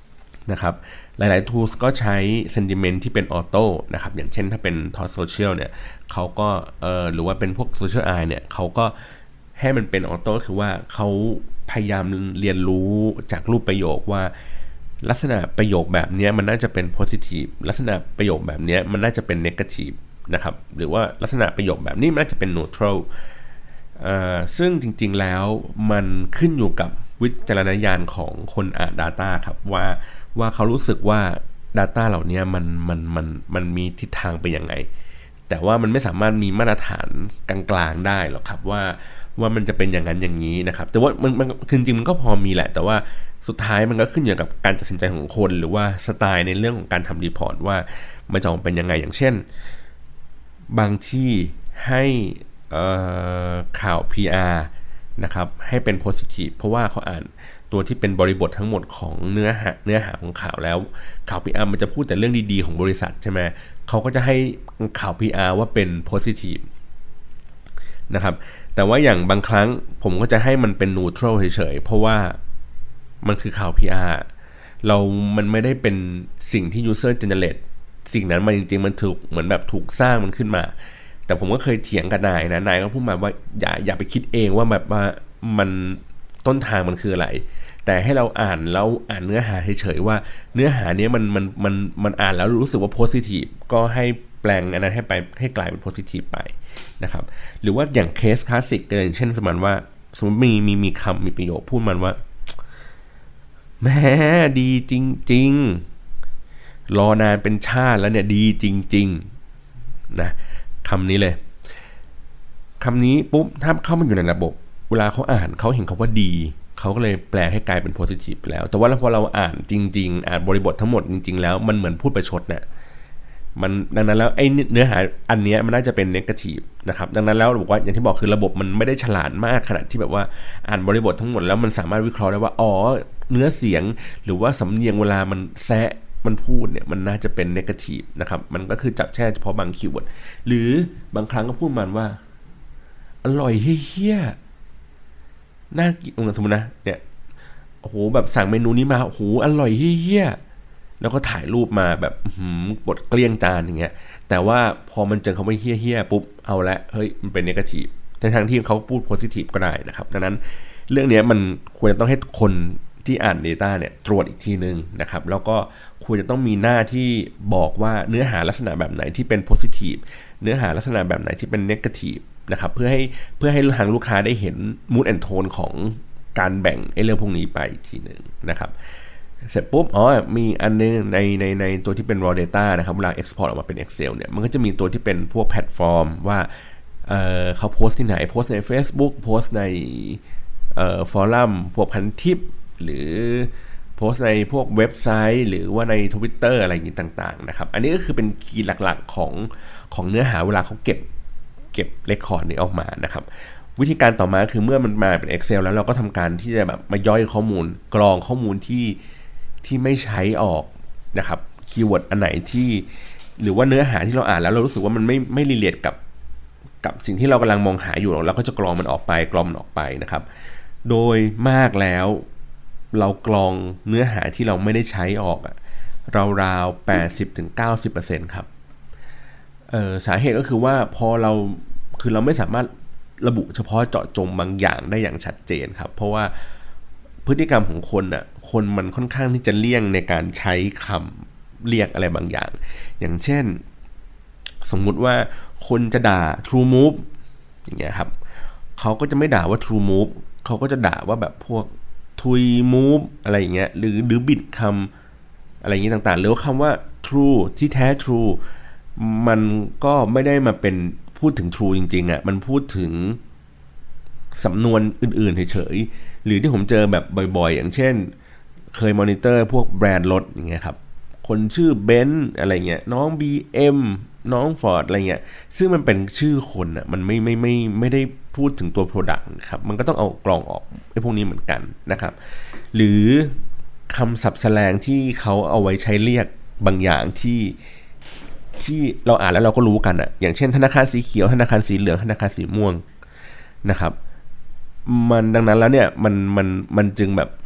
นะครับหลายๆ tools ก็ใช้ sentiment ที่เป็น auto นะครับอย่างเช่นถ้าเป็น Thought Social เนี่ยเขาก็หรือว่าเป็นพวก Social Eye เนี่ยเขาก็ให้มันเป็น auto คือว่าเขาพยายามเรียนรู้จากรูปประโยคว่าลักษณะประโยคแบบนี้มันน่าจะเป็น positive ลักษณะประโยคแบบนี้มันน่าจะเป็น negative นะครับหรือว่าลักษณะประโยคแบบนี้มันน่าจะเป็น neutral ซึ่งจริงๆแล้วมันขึ้นอยู่กับวิจารณญาณของคนอ่าน Data ครับว่าเขารู้สึกว่า Data เหล่านี้มันมีทิศทางไปยังไงแต่ว่ามันไม่สามารถมีมาตรฐานกลางๆได้หรอกครับว่ามันจะเป็นอย่างนั้นอย่างนี้นะครับแต่ว่ามันจริงๆมันก็พอมีแหละแต่ว่าสุดท้ายมันก็ขึ้นอยู่กับการตัดสินใจของคนหรือว่าสไตล์ในเรื่องของการทำรีพอร์ตว่ามันจะออกเป็นยังไงอย่างเช่นบางที่ให้ข่าว PR นะครับให้เป็น positive เพราะว่าเขาอ่านตัวที่เป็นบริบททั้งหมดของเนื้อหาของข่าวแล้วข่าว PR มันจะพูดแต่เรื่องดีๆของบริษัทใช่ไหมเขาก็จะให้ข่าว PR ว่าเป็น positive นะครับแต่ว่าอย่างบางครั้งผมก็จะให้มันเป็น neutral เฉยๆเพราะว่ามันคือข่าว PR มันไม่ได้เป็นสิ่งที่ user generate สิ่งนั้นมันจริงๆมันถูกเหมือนแบบถูกสร้างมันขึ้นมาแต่ผมก็เคยเถียงกับนายก็พูดมาว่าอย่าไปคิดเองว่าแบบว่ามันต้นทางมันคืออะไรแต่ให้เราอ่านแล้วอ่านเนื้อหาเฉยๆว่าเนื้อหานี้มันอ่านแล้วรู้สึกว่า positive ก็ให้แปลงอันนั้นให้กลายเป็น positive ไปนะครับหรือว่าอย่างเคสคลาสสิกอย่างเช่นสมมติว่ามีคำมีประโยคพูดมันว่าแม่ดีจริงๆรอนานเป็นชาติแล้วเนี่ยดีจริงๆนะคำนี้เลยคำนี้ปุ๊บถ้าเข้ามาอยู่ในระบบเวลาเขาอ่านเขาเห็นเขาว่าดีเขาก็เลยแปลให้กลายเป็น positive ไปแล้วแต่ว่าพอเราอ่านจริงๆอ่านบริบททั้งหมดจริงๆแล้วมันเหมือนพูดประชดเนี่ยมันดังนั้นแล้วไอ้เนื้อหาอันนี้มันน่าจะเป็น negative นะครับดังนั้นแล้วบอกว่าอย่างที่บอกคือระบบมันไม่ได้ฉลาดมากขนาดที่แบบว่าอ่านบริบททั้งหมดแล้วมันสามารถวิเคราะห์ได้ว่าอ๋อเนื้อเสียงหรือว่าสำเนียงเวลามันแซะมันพูดเนี่ยมันน่าจะเป็น negative นะครับมันก็คือจับแช่เฉพาะบางคีย์เวิร์ดหรือบางครั้งก็พูดมันว่าอร่อยเฮี้ยน่ากินสมมตินะเนี่ยโอ้โหแบบสั่งเมนูนี้มาโอ้โหอร่อยเฮี้ยแล้วก็ถ่ายรูปมาแบบบดเกลี้ยงจานอย่างเงี้ยแต่ว่าพอมันเจอคำว่าเฮี้ยปุ๊บเอาละเฮ้ยมันเป็นเนกาทีฟทั้งที่เขาพูดโพซิทีฟก็ได้นะครับดังนั้นเรื่องนี้มันควรจะต้องให้คนที่อ่าน Data เนี่ยตรวจอีกทีนึงนะครับแล้วก็ควรจะต้องมีหน้าที่บอกว่าเนื้อหาลักษณะแบบไหนที่เป็น positive เนื้อหาลักษณะแบบไหนที่เป็น negative นะครับเพื่อให้ทางลูกค้าได้เห็น mood and tone ของการแบ่งเรื่องพวกนี้ไปอีกทีนึงนะครับเสร็จปุ๊บมีอันนึงในตัวที่เป็น raw data นะครับเวลา export ออกมาเป็น Excel เนี่ยมันก็จะมีตัวที่เป็นพวกแพลตฟอร์มว่าเขาโพสต์ที่ไหนโพสต์ใน Facebook โพสต์ในฟอรัมพวกพันทิปหรือโพสต์ในพวกเว็บไซต์หรือว่าใน Twitter อะไรอย่างนี้ต่างๆนะครับอันนี้ก็คือเป็นคีย์หลักๆของเนื้อหาเวลาเขาเก็บเรคคอร์ดนี้ออกมานะครับวิธีการต่อมาคือเมื่อมันมาเป็น Excel แล้วเราก็ทำการที่จะแบบมาย่อยข้อมูลกรองข้อมูลที่ไม่ใช้ออกนะครับคีย์เวิร์ดอันไหนที่หรือว่าเนื้อหาที่เราอ่านแล้วเรารู้สึกว่ามันไม่รีเลทกับสิ่งที่เรากำลังมองหาอยู่เราก็จะกรองมันออกไปนะครับโดยมากแล้วเรากรองเนื้อหาที่เราไม่ได้ใช้ออกราวๆ 80-90% ครับสาเหตุก็คือว่าพอเราไม่สามารถระบุเฉพาะเจาะจงบางอย่างได้อย่างชัดเจนครับเพราะว่าพฤติกรรมของคนมันค่อนข้างที่จะเลี่ยงในการใช้คำเรียกอะไรบางอย่างอย่างเช่นสมมุติว่าคนจะด่า True Move อย่างเงี้ยครับเขาก็จะไม่ด่าว่า True Move เขาก็จะด่าว่าแบบพวก Tui Move อะไรอย่างเงี้ยหรือบิดคำอะไรอย่างงี้ต่างๆหรือคำว่า True ที่แท้ True มันก็ไม่ได้มาเป็นพูดถึง True จริงๆมันพูดถึงสำนวนอื่นๆเฉยๆหรือที่ผมเจอแบบบ่อยๆอย่างเช่นเคยมอนิเตอร์พวกแบรนด์รถอย่างเงี้ยครับคนชื่อเบนซ์อะไรเงี้ยน้อง BM น้องฟอร์ดอะไรเงี้ยซึ่งมันเป็นชื่อคนมันไม่ได้พูดถึงตัว product ครับมันก็ต้องเอากรองออกไอ้พวกนี้เหมือนกันนะครับหรือคำศัพท์แสลงที่เขาเอาไว้ใช้เรียกบางอย่างที่เราอ่านแล้วเราก็รู้กันอย่างเช่นธนาคารสีเขียวธนาคารสีเหลืองธนาคารสีม่วงนะครับมันดังนั้นแล้วเนี่ยมันจึงแบบ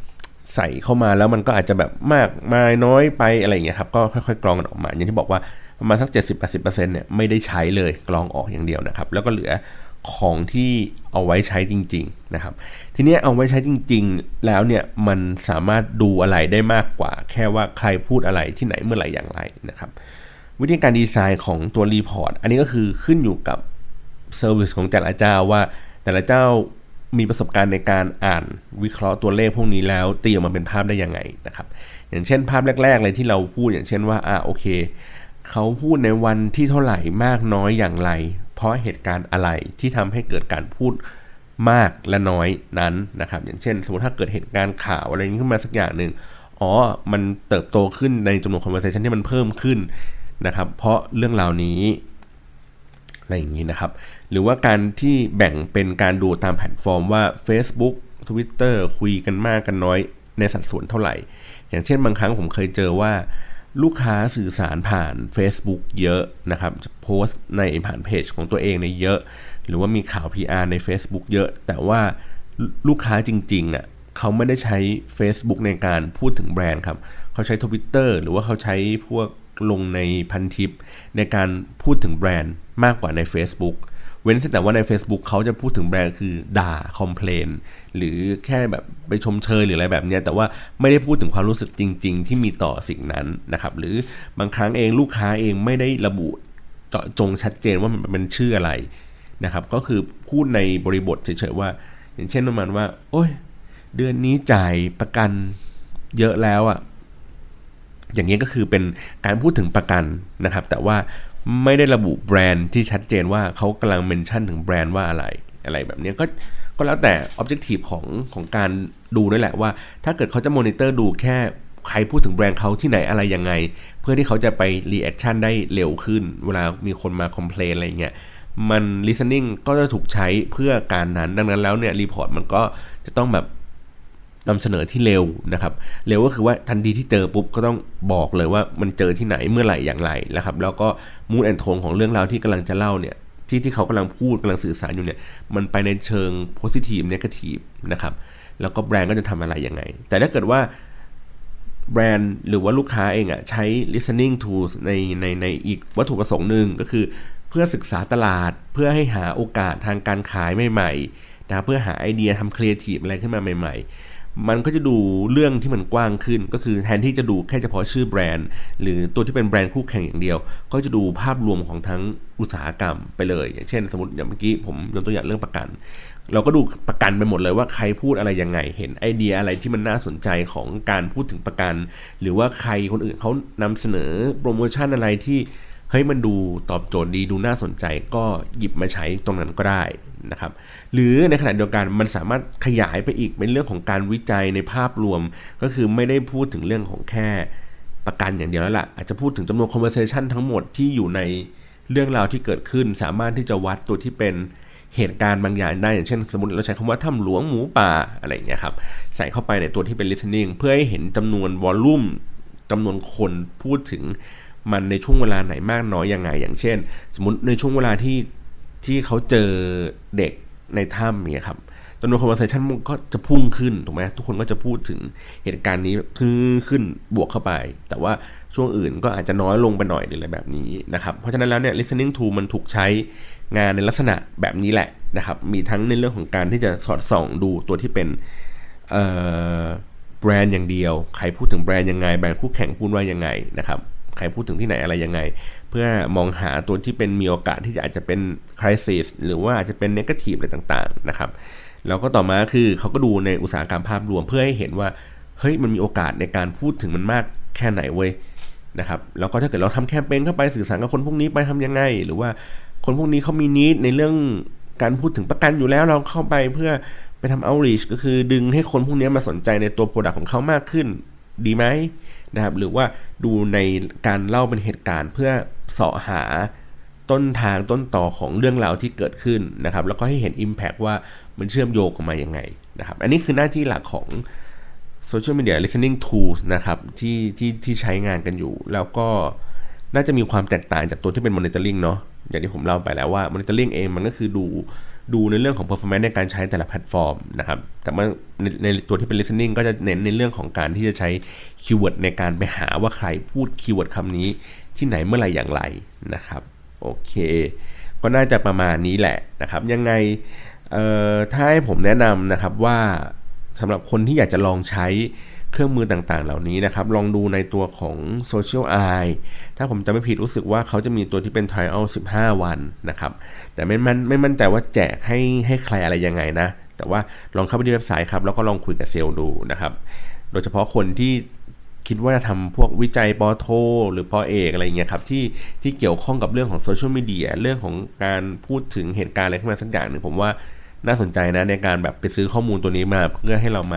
ใส่เข้ามาแล้วมันก็อาจจะแบบมากมาน้อยไปอะไรอย่างเงี้ยครับก็ค่อยๆกรองกันออกมาอย่างที่บอกว่าประมาณสัก 70-80% เนี่ยไม่ได้ใช้เลยกรองออกอย่างเดียวนะครับแล้วก็เหลือของที่เอาไว้ใช้จริงๆนะครับทีนี้เอาไว้ใช้จริงๆแล้วเนี่ยมันสามารถดูอะไรได้มากกว่าแค่ว่าใครพูดอะไรที่ไหนเมื่อไหร่อย่างไรนะครับวิธีการดีไซน์ของตัวรีพอร์ตอันนี้ก็คือขึ้นอยู่กับเซอร์วิสของแต่ละเจ้าว่าแต่ละเจ้ามีประสบการณ์ในการอ่านวิเคราะห์ตัวเลขพวกนี้แล้วตีออกมาเป็นภาพได้ยังไงนะครับอย่างเช่นภาพแรกๆเลยที่เราพูดอย่างเช่นว่าโอเคเขาพูดในวันที่เท่าไหร่มากน้อยอย่างไรเพราะเหตุการณ์อะไรที่ทำให้เกิดการพูดมากและน้อยนั้นนะครับอย่างเช่นสมมติถ้าเกิดเหตุการณ์ข่าวอะไรนี้ขึ้นมาสักอย่างหนึ่งมันเติบโตขึ้นในจำนวน conversation ที่มันเพิ่มขึ้นนะครับเพราะเรื่องราวนี้อะไรอย่างนี้นะครับหรือว่าการที่แบ่งเป็นการดูตามแพลตฟอร์มว่า Facebook Twitter คุยกันมากกันน้อยในสัดส่วนเท่าไหร่อย่างเช่นบางครั้งผมเคยเจอว่าลูกค้าสื่อสารผ่าน Facebook เยอะนะครับโพสต์ในผ่านเพจของตัวเองในเยอะหรือว่ามีข่าว PR ใน Facebook เยอะแต่ว่าลูกค้าจริงๆเขาไม่ได้ใช้ Facebook ในการพูดถึงแบรนด์ครับเขาใช้ Twitter หรือว่าเขาใช้พวกลงในพันทิปในการพูดถึงแบรนด์มากกว่าใน Facebook เว้นแต่ว่าใน Facebook เขาจะพูดถึงแบรนด์คือด่าคอมเพลนหรือแค่แบบไปชมเชยหรืออะไรแบบนี้แต่ว่าไม่ได้พูดถึงความรู้สึกจริงๆที่มีต่อสิ่งนั้นนะครับหรือบางครั้งเองลูกค้าเองไม่ได้ระบุเจาะจงชัดเจนว่ามันเป็นชื่ออะไรนะครับก็คือพูดในบริบทเฉยๆว่าอย่างเช่นประมาณว่าโอ้ยเดือนนี้จ่ายประกันเยอะแล้วอย่างนี้ก็คือเป็นการพูดถึงประกันนะครับแต่ว่าไม่ได้ระบุแบรนด์ที่ชัดเจนว่าเขากำลังเมนชั่นถึงแบรนด์ว่าอะไรแบบนี้ก็แล้วแต่ objective ของการดูด้วยแหละว่าถ้าเกิดเขาจะมอนิเตอร์ดูแค่ใครพูดถึงแบรนด์เขาที่ไหนอะไรยังไงเพื่อที่เขาจะไป reaction ได้เร็วขึ้นเวลามีคนมา complain อะไรเงี้ยมัน listening ก็จะถูกใช้เพื่อการนั้นดังนั้นแล้วเนี่ย report มันก็จะต้องแบบนำเสนอที่เร็วนะครับเร็วก็คือว่าทันทีที่เจอปุ๊บก็ต้องบอกเลยว่ามันเจอที่ไหนเมื่อไหร่อย่างไรนะครับแล้วก็มูดแอนโทนของเรื่องราวที่กำลังจะเล่าเนี่ยที่เขากำลังพูดกำลังสื่อสารอยู่เนี่ยมันไปในเชิง positive negative นะครับแล้วก็แบรนด์ก็จะทำอะไรยังไงแต่ถ้าเกิดว่าแบรนด์หรือว่าลูกค้าเองใช้ listening tools ในอีกวัตถุประสงค์หนึ่งก็คือเพื่อศึกษาตลาดเพื่อให้หาโอกาสทางการขายใหม่ๆนะเพื่อหาไอเดียทำครีเอทีฟอะไรขึ้นมาใหม่ๆมันก็จะดูเรื่องที่มันกว้างขึ้นก็คือแทนที่จะดูแค่เฉพาะชื่อแบรนด์หรือตัวที่เป็นแบรนด์คู่แข่งอย่างเดียวก็จะดูภาพรวมของทั้งอุตสาหกรรมไปเลยอย่างเช่นสมมติอย่างเมื่อกี้ผมยกตัวอย่างเรื่องประกันเราก็ดูประกันไปหมดเลยว่าใครพูดอะไรยังไงเห็นไอเดียอะไรที่มันน่าสนใจของการพูดถึงประกันหรือว่าใครคนอื่นเขานำเสนอโปรโมชั่นอะไรที่เฮ้ยมันดูตอบโจทย์ดีดูน่าสนใจก็หยิบมาใช้ตรงนั้นก็ได้นะครับหรือในขณะเดียวกันมันสามารถขยายไปอีกเป็นเรื่องของการวิจัยในภาพรวมก็คือไม่ได้พูดถึงเรื่องของแค่ประกันอย่างเดียวแล้วล่ะอาจจะพูดถึงจำนวน conversation ทั้งหมดที่อยู่ในเรื่องราวที่เกิดขึ้นสามารถที่จะวัดตัวที่เป็นเหตุการณ์บางอย่างได้อย่างเช่นสมมติเราใช้คำว่าถ้ำหลวงหมูป่าอะไรอย่างเงี้ยครับใส่เข้าไปในตัวที่เป็น listening เพื่อให้เห็นจำนวน volume จำนวนคนพูดถึงมันในช่วงเวลาไหนมากน้อยยังไงอย่างเช่นสมมติในช่วงเวลาที่เขาเจอเด็กในถ้ำเนี่ยครับจำนวน conversation มันก็จะพุ่งขึ้นถูกไหมทุกคนก็จะพูดถึงเหตุการณ์นี้ขึ้นบวกเข้าไปแต่ว่าช่วงอื่นก็อาจจะน้อยลงไปหน่อยอะไรแบบนี้นะครับเพราะฉะนั้นแล้วเนี่ย listening tool มันถูกใช้งานในลักษณะแบบนี้แหละนะครับมีทั้งในเรื่องของการที่จะสอดส่องดูตัวที่เป็นแบรนด์อย่างเดียวใครพูดถึงแบรนด์ยังไงแบรนด์คู่แข่งพูดว่ายังไงนะครับใครพูดถึงที่ไหนอะไรยังไงเพื่อมองหาตัวที่เป็นมีโอกาสที่จะอาจจะเป็น crisis หรือว่าอาจจะเป็น negative อะไรต่างๆนะครับแล้วก็ต่อมาคือเขาก็ดูในอุตสาหกรรมภาพรวมเพื่อให้เห็นว่าเฮ้ยมันมีโอกาสในการพูดถึงมันมากแค่ไหนเว้ยนะครับแล้วก็ถ้าเกิดเราทำแคมเปญเข้าไปสื่อสารกับคนพวกนี้ไปทำยังไงหรือว่าคนพวกนี้เขามีนิดในเรื่องการพูดถึงประกันอยู่แล้วเราเข้าไปเพื่อไปทำ outreach ก็คือดึงให้คนพวกนี้มาสนใจในตัว product ของเขามากขึ้นดีไหมนะครับหรือว่าดูในการเล่าเป็นเหตุการณ์เพื่อเสาะหาต้นทางต้นต่อของเรื่องราวที่เกิดขึ้นนะครับแล้วก็ให้เห็น impact ว่ามันเชื่อมโยงกันมายังไงนะครับอันนี้คือหน้าที่หลักของ social media listening tools นะครับที่ใช้งานกันอยู่แล้วก็น่าจะมีความแตกต่างจากตัวที่เป็น monitoring เนาะอย่างที่ผมเล่าไปแล้วว่า monitoring เองมันก็คือดูดูในเรื่องของ performance ในการใช้แต่ละแพลตฟอร์มนะครับแต่ว่าในตัวที่เป็น listening ก็จะเน้นในเรื่องของการที่จะใช้คีย์เวิร์ดในการไปหาว่าใครพูดคีย์เวิร์ดคำนี้ที่ไหนเมื่อไหร่อย่างไรนะครับโอเคก็น่าจะประมาณนี้แหละนะครับยังไงถ้าให้ผมแนะนำนะครับว่าสำหรับคนที่อยากจะลองใช้เครื่องมือต่างๆเหล่านี้นะครับลองดูในตัวของ Social Eye ถ้าผมจำไม่ผิดรู้สึกว่าเขาจะมีตัวที่เป็น Trial 15 วันนะครับแต่ไม่มั่นใจว่าแจกให้ใครอะไรยังไงนะแต่ว่าลองเข้าไปที่เว็บไซต์ครับแล้วก็ลองคุยกับเซลล์ดูนะครับโดยเฉพาะคนที่คิดว่าจะทำพวกวิจัยปอโทหรือปอเอกอะไรเงี้ยครับที่เกี่ยวข้องกับเรื่องของโซเชียลมีเดียเรื่องของการพูดถึงเหตุการณ์อะไรขึ้นมาสักอย่างหนึ่งผมว่าน่าสนใจนะในการแบบไปซื้อข้อมูลตัวนี้มาเพื่อให้เรามา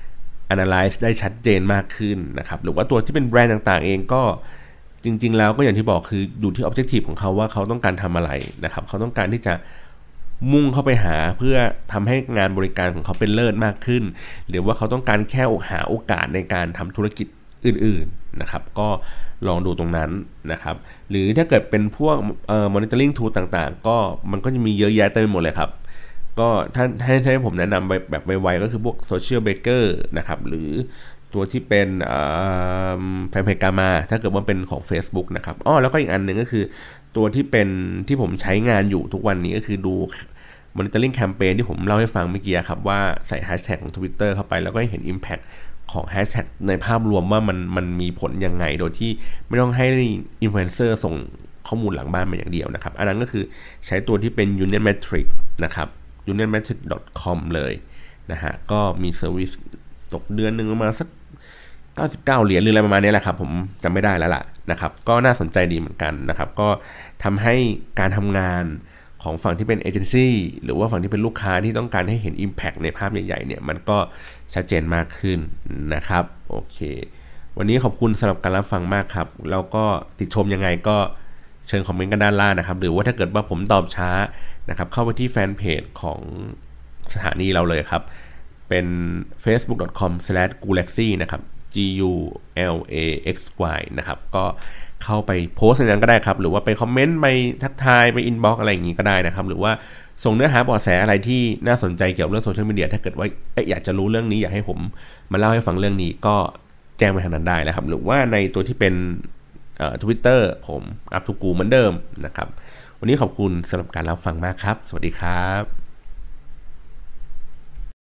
analyze ได้ชัดเจนมากขึ้นนะครับหรือว่าตัวที่เป็นแบรนด์ต่างๆเองก็จริงๆแล้วก็อย่างที่บอกคืออยู่ที่ objective ของเขาว่าเขาต้องการทำอะไรนะครับเขาต้องการที่จะมุ่งเข้าไปหาเพื่อทำให้งานบริการของเขาเป็นเลิศมากขึ้นหรือว่าเขาต้องการแค่หาโอกาสในการทำธุรกิจอื่นๆนะครับก็ลองดูตรงนั้นนะครับหรือถ้าเกิดเป็นพวกmonitoring tool ต่างๆก็มันก็จะมีเยอะแยะเต็มไปหมดเลยครับก็ถ้าให้ผมแนะนำแบบไวๆก็คือพวก social baker นะครับหรือตัวที่เป็นแฟนเพจกามาถ้าเกิดว่าเป็นของ Facebook นะครับแล้วก็อีกอันหนึ่งก็คือตัวที่เป็นที่ผมใช้งานอยู่ทุกวันนี้ก็คือดู monitoring campaign ที่ผมเล่าให้ฟังเมื่อกี้ครับว่าใส่แฮชแท็กของ Twitter เข้าไปแล้วก็เห็น impact ของแฮชแท็กในภาพรวมว่ามันมีผลยังไงโดยที่ไม่ต้องให้อินฟลูเอนเซอร์ส่งข้อมูลหลังบ้านมาอย่างเดียวนะครับอันนั้นก็คือใช้ตัวที่เป็น Union Metric นะครับ unionmetric.com เลยนะฮะก็มีเซอร์วิสตกเดือนนึงประมาณสัก99 เหรียญหรืออะไรประมาณนี้แหละครับผมจำไม่ได้แล้วล่ะนะครับก็น่าสนใจดีเหมือนกันนะครับก็ทำให้การทำงานของฝั่งที่เป็นเอเจนซี่หรือว่าฝั่งที่เป็นลูกค้าที่ต้องการให้เห็น Impact ในภาพใหญ่ๆเนี่ยมันก็ชัดเจนมากขึ้นนะครับโอเควันนี้ขอบคุณสำหรับการรับฟังมากครับแล้วก็ติดชมยังไงก็เชิญคอมเมนต์กันด้านล่างนะครับหรือว่าถ้าเกิดว่าผมตอบช้านะครับเข้าไปที่แฟนเพจของสถานีเราเลยครับเป็น facebook.com/gulaxy นะครับ GULAXY นะครับก็เข้าไปโพสต์ในนั้นก็ได้ครับหรือว่าไปคอมเมนต์ไปทักทายไปอินบ็อกซ์อะไรอย่างนี้ก็ได้นะครับหรือว่าส่งเนื้อหาเบาะแสอะไรที่น่าสนใจเกี่ยวกับเรื่องโซเชียลมีเดียถ้าเกิดว่าอยากจะรู้เรื่องนี้อยากให้ผมมาเล่าให้ฟังเรื่องนี้ก็แจ้งไปทางนั้นได้นะครับหรือว่าในตัวที่เป็นTwitter ผมอัพทูกูเหมือนเดิมนะครับวันนี้ขอบคุณสำหรับการรับฟังมากครับสวัสดีครับ